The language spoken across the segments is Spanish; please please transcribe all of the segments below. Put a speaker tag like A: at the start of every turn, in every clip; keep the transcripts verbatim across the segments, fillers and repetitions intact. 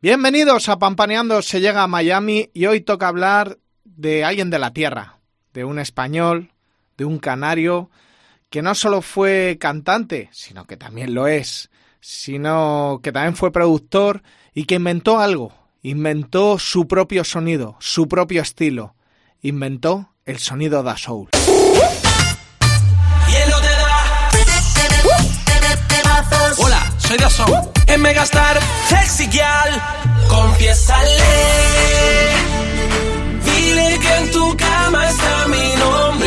A: Bienvenidos a Pampaneando se llega a Miami y hoy toca hablar de alguien de la tierra, de un español, de un canario, que no solo fue cantante, sino que también lo es, sino que también fue productor y que inventó algo, inventó su propio sonido, su propio estilo, inventó el sonido dasoul.
B: Hola, soy dasoul. En Megastar, sexy girl, confiésale. Dile que en tu cama está mi nombre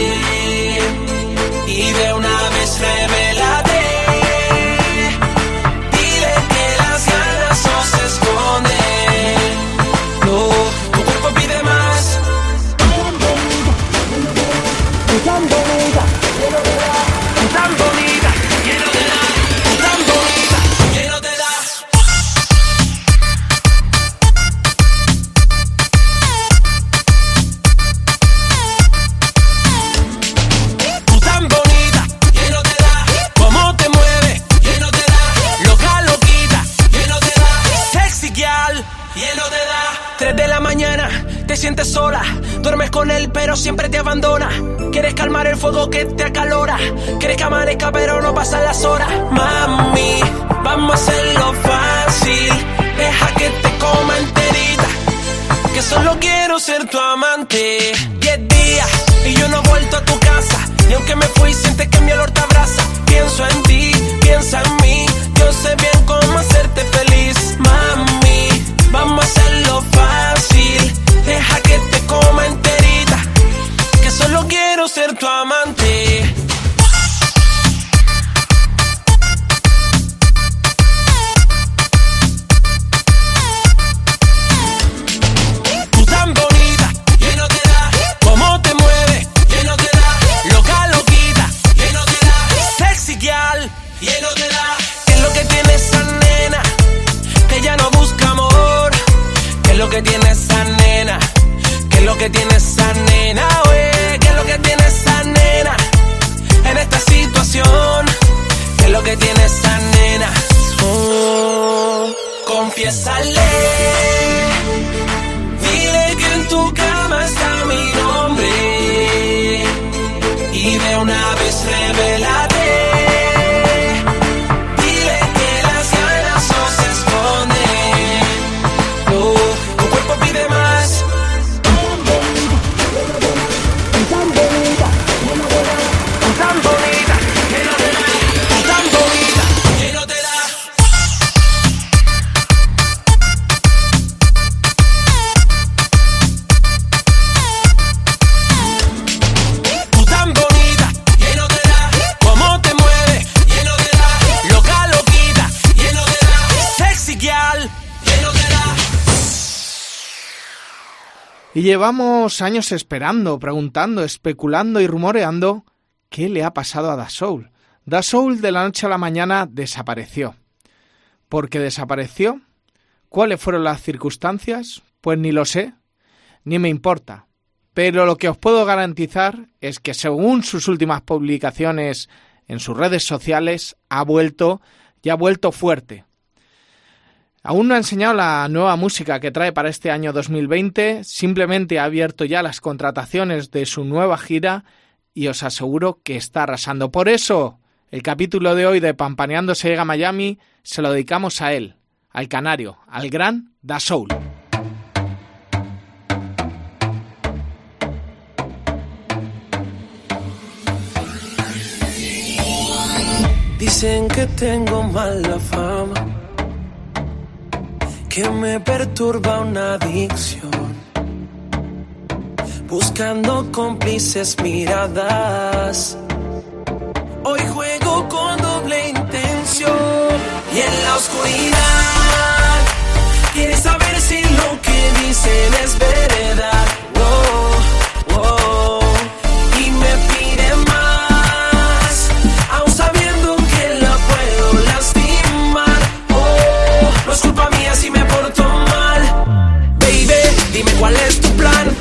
B: y de una vez revélate. Dile que las ganas no se esconden. No, tu cuerpo pide más. Tan bonita, lleno de la. Tan bonita, lleno de la. Tan bonita, lleno de la. Tú tan bonita, lleno de la. Cómo te mueve, lleno de la. Loca, loquita, lleno de la. Sexy girl, lleno de la. Tres de la mañana, te sientes sola. Duermes con él pero siempre te abandona. Quieres calmar el fuego que te acalora. Quieres que amanezca pero no pasan las horas. Mami, vamos a hacerlo fácil. Deja que te coma enterita. Que solo quiero ser tu amante. Diez días y yo no he vuelto a tu casa. Y aunque me fui sientes que mi olor te abraza. Pienso en ti, piensa en mí. Yo sé bien cómo hacerte feliz. Mami, vamos a hacerlo fácil. Deja que te coma enterita. Que solo quiero ser tu amante. Tú tan bonita, lleno de la. Cómo te mueve, lleno de la. Loca, loquita, lleno de la. Sexy girl, lleno de la. ¿Qué es lo que tiene esa nena? Que ya no busca amor. ¿Qué es lo que tiene esa nena? ¿Qué es lo que tiene esa nena, wey? ¿Qué es lo que tiene esa nena en esta situación? ¿Qué es lo que tiene esa nena? Oh, confiésale. Dile que en tu cama está mi nombre y de una vez revélate. Dile que las ganas no se esconden. Oh, tu cuerpo pide más. Tan bonita, lleno de la. Tan bonita, lleno de la. Tan bonita, lleno de la. Tú tan bonita, lleno de la. Cómo te mueve, lleno de la. Loca, loquita, lleno de la. Sexy girl, lleno de la.
A: Y llevamos años esperando, preguntando, especulando y rumoreando qué le ha pasado a dasoul. dasoul de la noche a la mañana desapareció. ¿Por qué desapareció? ¿Cuáles fueron las circunstancias? Pues ni lo sé, ni me importa. Pero lo que os puedo garantizar es que según sus últimas publicaciones en sus redes sociales ha vuelto y ha vuelto fuerte. Aún no ha enseñado la nueva música que trae para este año dos mil veinte, simplemente ha abierto ya las contrataciones de su nueva gira y os aseguro que está arrasando. Por eso, el capítulo de hoy de Pampaneando se llega a Miami se lo dedicamos a él, al canario, al gran dasoul.
B: Dicen que tengo mala fama, que me perturba una adicción, buscando cómplices miradas. Hoy juego con doble intención y en la oscuridad quieres saber si lo que dicen es verdad. Oh, oh, y me pide más, aún sabiendo que la puedo lastimar. Oh, no es culpa mía si me porto mal. Baby, dime cuál es tu plan.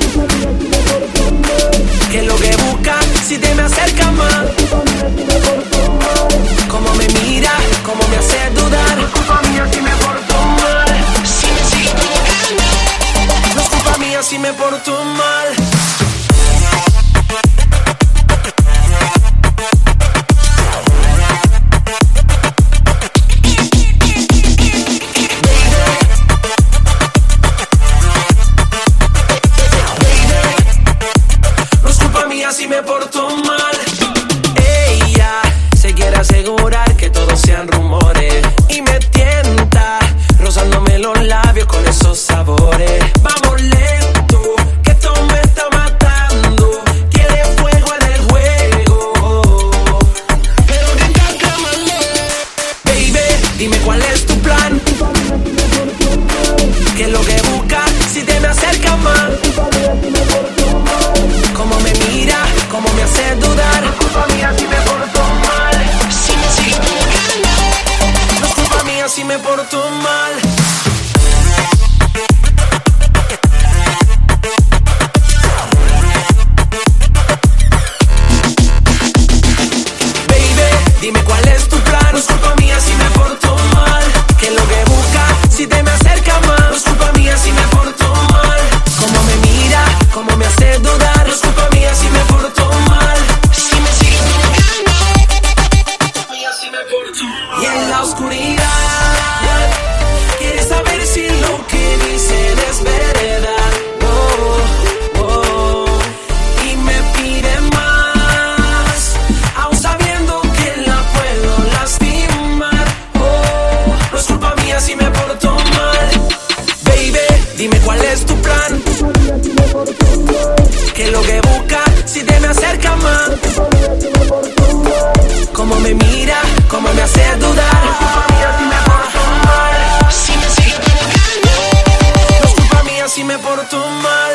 B: ¿Qué es lo que buscas si te me acercas más? Cómo me mira, cómo me hace dudar. No es culpa mía si me me porto mal.
C: Si me porto mal. Ella se quiere asegurar que todos sean rumores y me tienta, rozándome los labios con esos sabores. Vamos lento, que esto me está matando. Quiere fuego en el juego, pero recálcamale. Baby, dime cuál es tu plan. ¿Qué es lo que buscas si te me acercas más? Cómo me mira, cómo me hace dudar. No es culpa mía si me porto mal. Si me sigues buscando. No es culpa mía si me porto mal. Baby, dime cuál es tu plan. No es culpa mía si me porto mal. ¿Qué es lo que buscas si te me acercas más? No es culpa mía si me porto mal. Cómo me mira, cómo me hace dudar. No es culpa mía si me porto mal. Si me sigues buscando, si me porto mal. Y en la oscuridad quieres saber si lo que dicen es verdad. Oh, oh, y me pide más, aún sabiendo que la puedo lastimar. Oh, no es culpa mía si me porto mal. Baby, dime cuál es tu plan. ¿Qué es lo que busca si te me acercas más? Cómo me mira, cómo me hace dudar. No es culpa mía si me porto mal. Si me sigues buscando. No es culpa mía si me porto mal.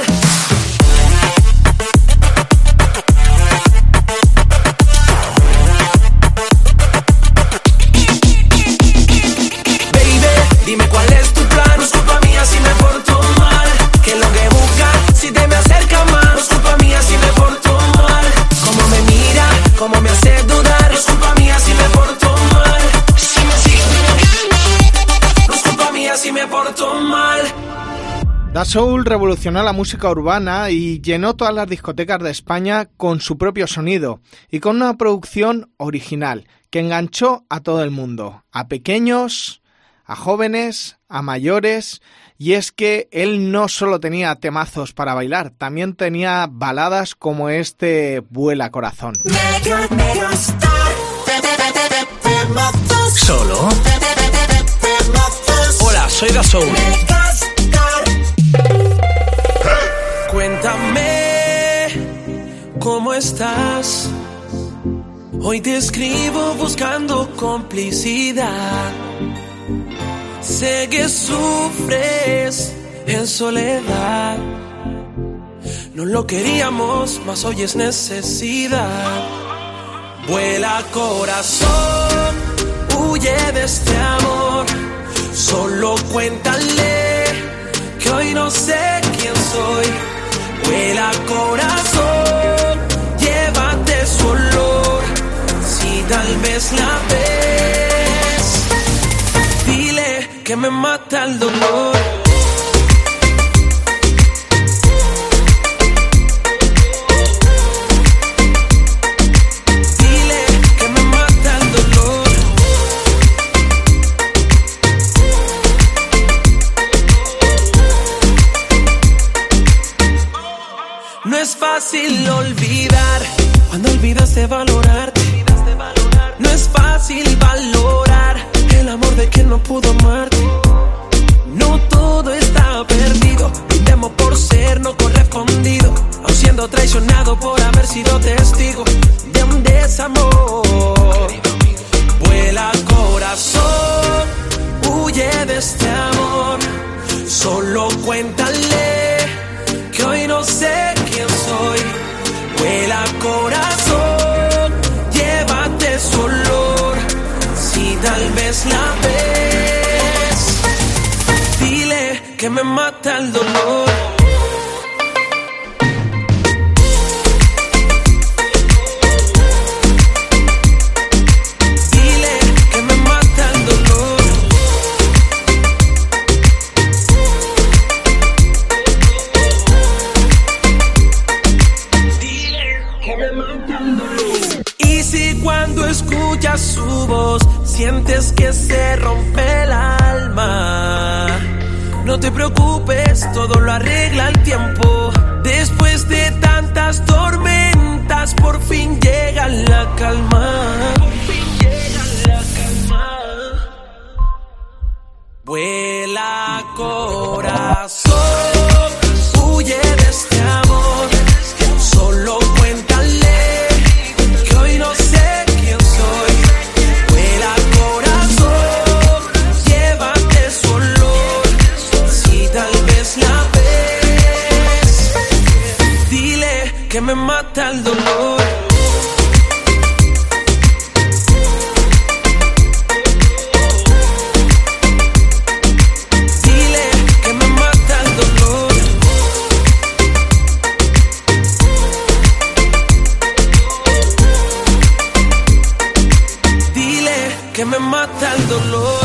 C: Baby, dime cuál es tu plan. No es culpa mía si me porto mal. ¿Qué es lo que busca si te me acercas más? No es culpa mía si me porto mal. Cómo me mira, cómo me hace dudar. No es culpa mía si me porto mal. Si me sigues buscando. No es culpa mía si me porto mal.
A: Da Soul revolucionó la música urbana y llenó todas las discotecas de España con su propio sonido y con una producción original que enganchó a todo el mundo, a pequeños, a jóvenes, a mayores. Y es que él no solo tenía temazos para bailar, también tenía baladas como este Vuela Corazón.
D: Mega, mega star.
B: ¿Solo? Hola, soy Da Soul.
C: Cuéntame cómo estás. Hoy te escribo buscando complicidad. Sé que sufres en soledad. No lo queríamos, mas hoy es necesidad. Vuela corazón, huye de este amor. Solo cuéntale que hoy no sé quién soy. Vuela corazón, llévate su olor. Si tal vez la ves, dile que me mata el dolor. Dile que me mata el dolor. No es fácil olvidar cuando olvidas de valorarte. No es fácil valorar el amor de quien no pudo amarte. No todo está perdido, brindemos por ser no correspondido, aun siendo traicionado por haber sido testigo de un desamor. Vuela corazón, huye de este amor. Solo cuéntale que hoy no sé quién soy. Vuela corazón, llévate su olor. Si tal vez la ves, dile que me mata el dolor. Dile que me mata el dolor. sientes que se rompe el alma. No te preocupes, todo lo arregla el tiempo. Después de tantas tormentas, por fin llega la calma. Por fin llega la calma. Vuela corazón, huye de este amor. Solo cuéntale que hoy no sé quién soy. Vuela corazón, llévate su olor. Si tal vez la ves, dile que me mata el dolor. Que me mata el dolor.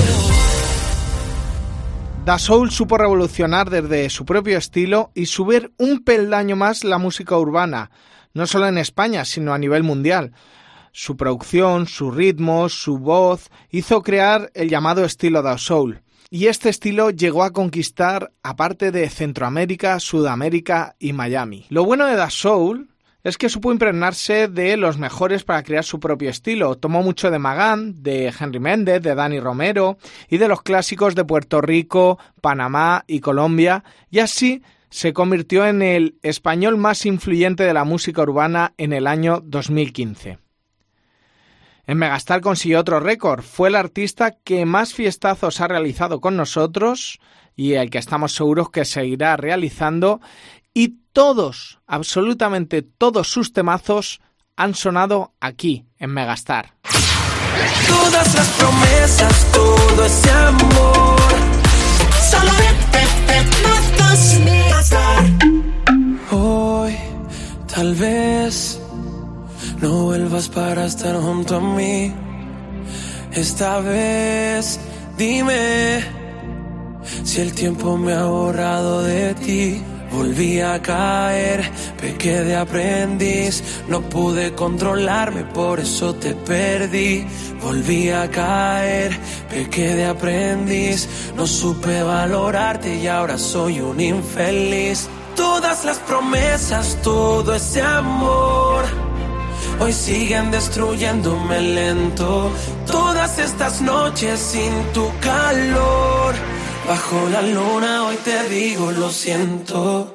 A: Dasoul supo revolucionar desde su propio estilo y subir un peldaño más la música urbana, no solo en España, sino a nivel mundial. Su producción, sus ritmos, su voz hizo crear el llamado estilo Dasoul. Y este estilo llegó a conquistar a parte de Centroamérica, Sudamérica y Miami. Lo bueno de Dasoul es que supo impregnarse de los mejores para crear su propio estilo. Tomó mucho de Magán, de Henry Méndez, de Dani Romero y de los clásicos de Puerto Rico, Panamá y Colombia, y así se convirtió en el español más influyente de la música urbana en el año dos mil quince. En Megastar consiguió otro récord. Fue el artista que más fiestazos ha realizado con nosotros y el que estamos seguros que seguirá realizando. Y todos, absolutamente todos sus temazos han sonado aquí, en Megastar.
C: Todas las promesas, todo ese amor,
D: Solo en Megastar.
C: hoy tal vez no vuelvas para estar junto a mí. Esta vez dime si el tiempo me ha borrado de ti. Volví a caer, pequé de aprendiz, no pude controlarme, por eso te perdí. Volví a caer, pequé de aprendiz, no supe valorarte y ahora soy un infeliz. Todas las promesas, todo ese amor, hoy siguen destruyéndome lento. Todas estas noches sin tu calor, bajo la luna hoy te digo lo siento.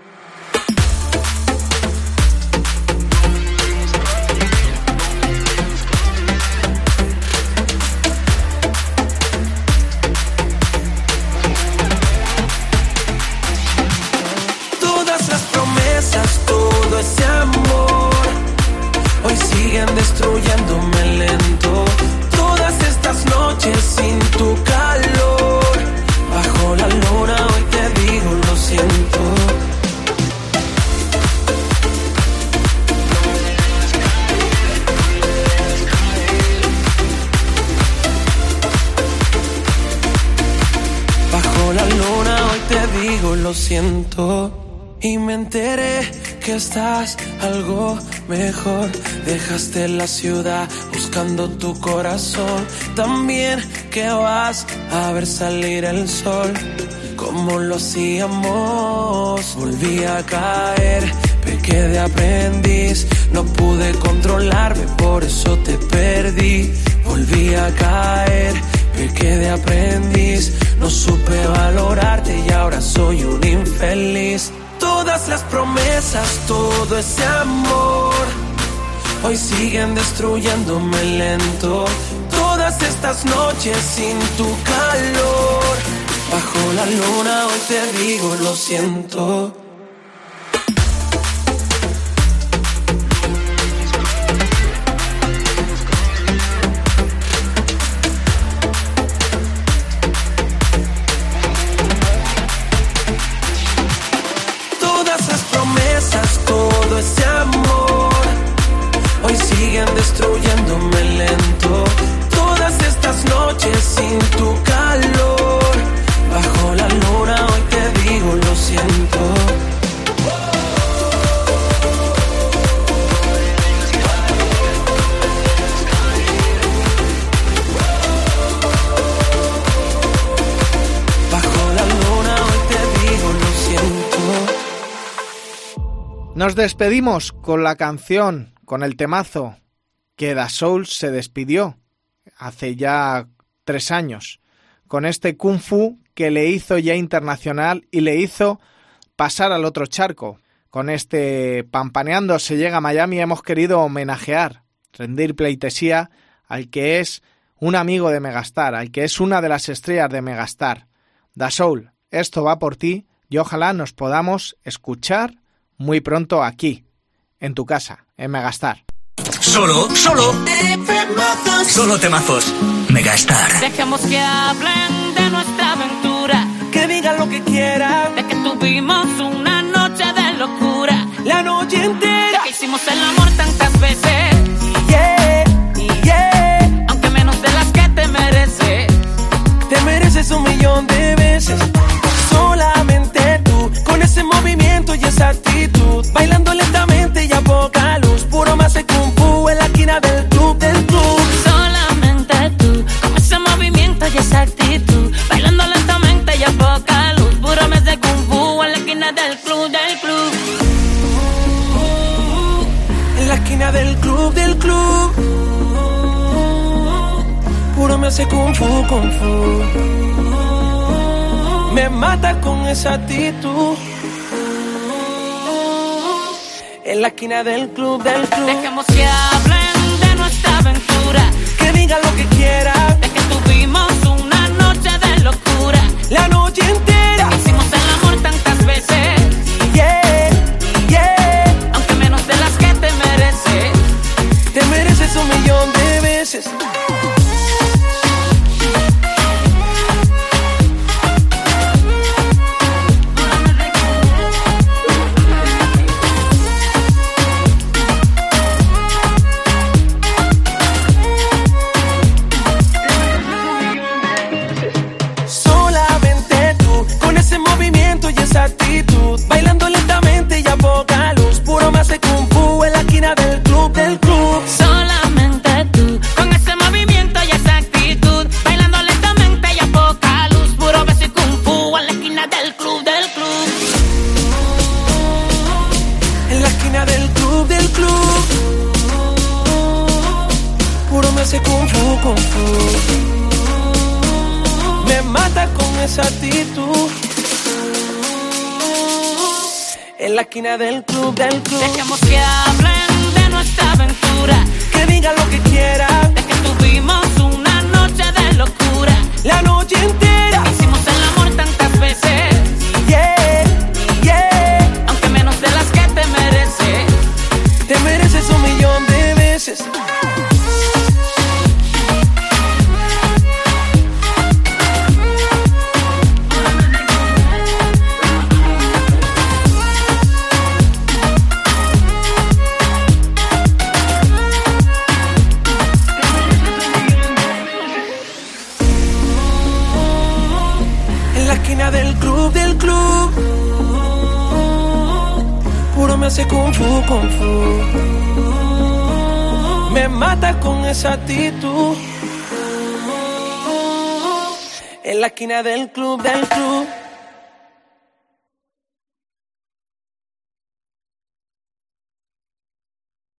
C: Todas las promesas, todo ese amor, hoy siguen destruyéndome lento. Todas estas noches sin tu calor, bajo la luna hoy te digo lo siento. Bajo la luna hoy te digo lo siento. Y me enteré que estás algo mejor. Dejaste la ciudad buscando tu corazón. También que vas a ver salir el sol como lo hacíamos. Volví a caer, pequé de aprendiz, no pude controlarme, por eso te perdí. Volví a caer, pequé de aprendiz, no supe valorarte y ahora soy un infeliz. Todas las promesas, todo ese amor, hoy siguen destruyéndome lento. Todas estas noches sin tu calor, bajo la luna hoy te digo lo siento. Todo ese amor, hoy siguen destruyéndome lento. Todas estas noches sin tu calor, bajo la luna hoy te digo lo siento.
A: Nos despedimos con la canción, con el temazo que Dasoul se despidió hace ya tres años, con este Kung Fu que le hizo ya internacional y le hizo pasar al otro charco. Con este Pampaneando se llega a Miami hemos querido homenajear, rendir pleitesía al que es un amigo de Megastar, al que es una de las estrellas de Megastar. Dasoul, esto va por ti y ojalá nos podamos escuchar muy pronto aquí, en tu casa, en Megastar.
E: Solo, solo, solo temazos. Megastar.
F: Dejemos que hablen de nuestra aventura,
C: que digan lo que quieran,
F: de que tuvimos una noche de locura,
C: la noche entera,
F: de que hicimos el amor tantas veces,
C: yeah, yeah,
F: aunque menos de las que te mereces.
C: Te mereces un millón de veces, solamente tú, con ese movimiento y esa actitud, bailando lentamente y a poca luz, puro más de Kung Fu en la esquina del club, del club.
F: Solamente tú, con ese movimiento y esa actitud, bailando lentamente y a poca luz, puro mes de Kung Fu en la esquina del club, del club.
C: En la esquina del club, del club, puro me hace Kung Fu, Kung Fu. Me mata con esa actitud. En la esquina del club, del club.
F: Dejemos que hablen de nuestra aventura,
C: que digan lo que quieran,
F: de que tuvimos una noche de locura,
C: la noche entera,
F: de que hicimos el amor tantas veces,
C: yeah, yeah,
F: aunque menos de las que te mereces.
C: Te mereces un millón de veces. Actitud, bailando lentamente y a poca luz, puro más de Kung Fu en la esquina del club, del club.
F: Solamente tú, con ese movimiento y esa actitud, bailando lentamente y a poca luz, puro beso y Kung Fu en la esquina del club, del club.
C: En la esquina del club, del club, puro me hace Kung Fu, Kung Fu. Me mata con esa actitud. En la esquina del club, del club.
F: Dejemos que hablen de nuestra aventura,
C: que digan lo que quieran,
F: de que tuvimos una noche de locura,
C: la noche entera,
F: de que hicimos el amor tantas veces,
C: yeah, yeah,
F: aunque menos de las que te mereces.
C: Te mereces un millón de veces. Del club, del club, puro me hace Kung Fu, Kung Fu. Me mata con esa actitud. En la esquina del club, del club.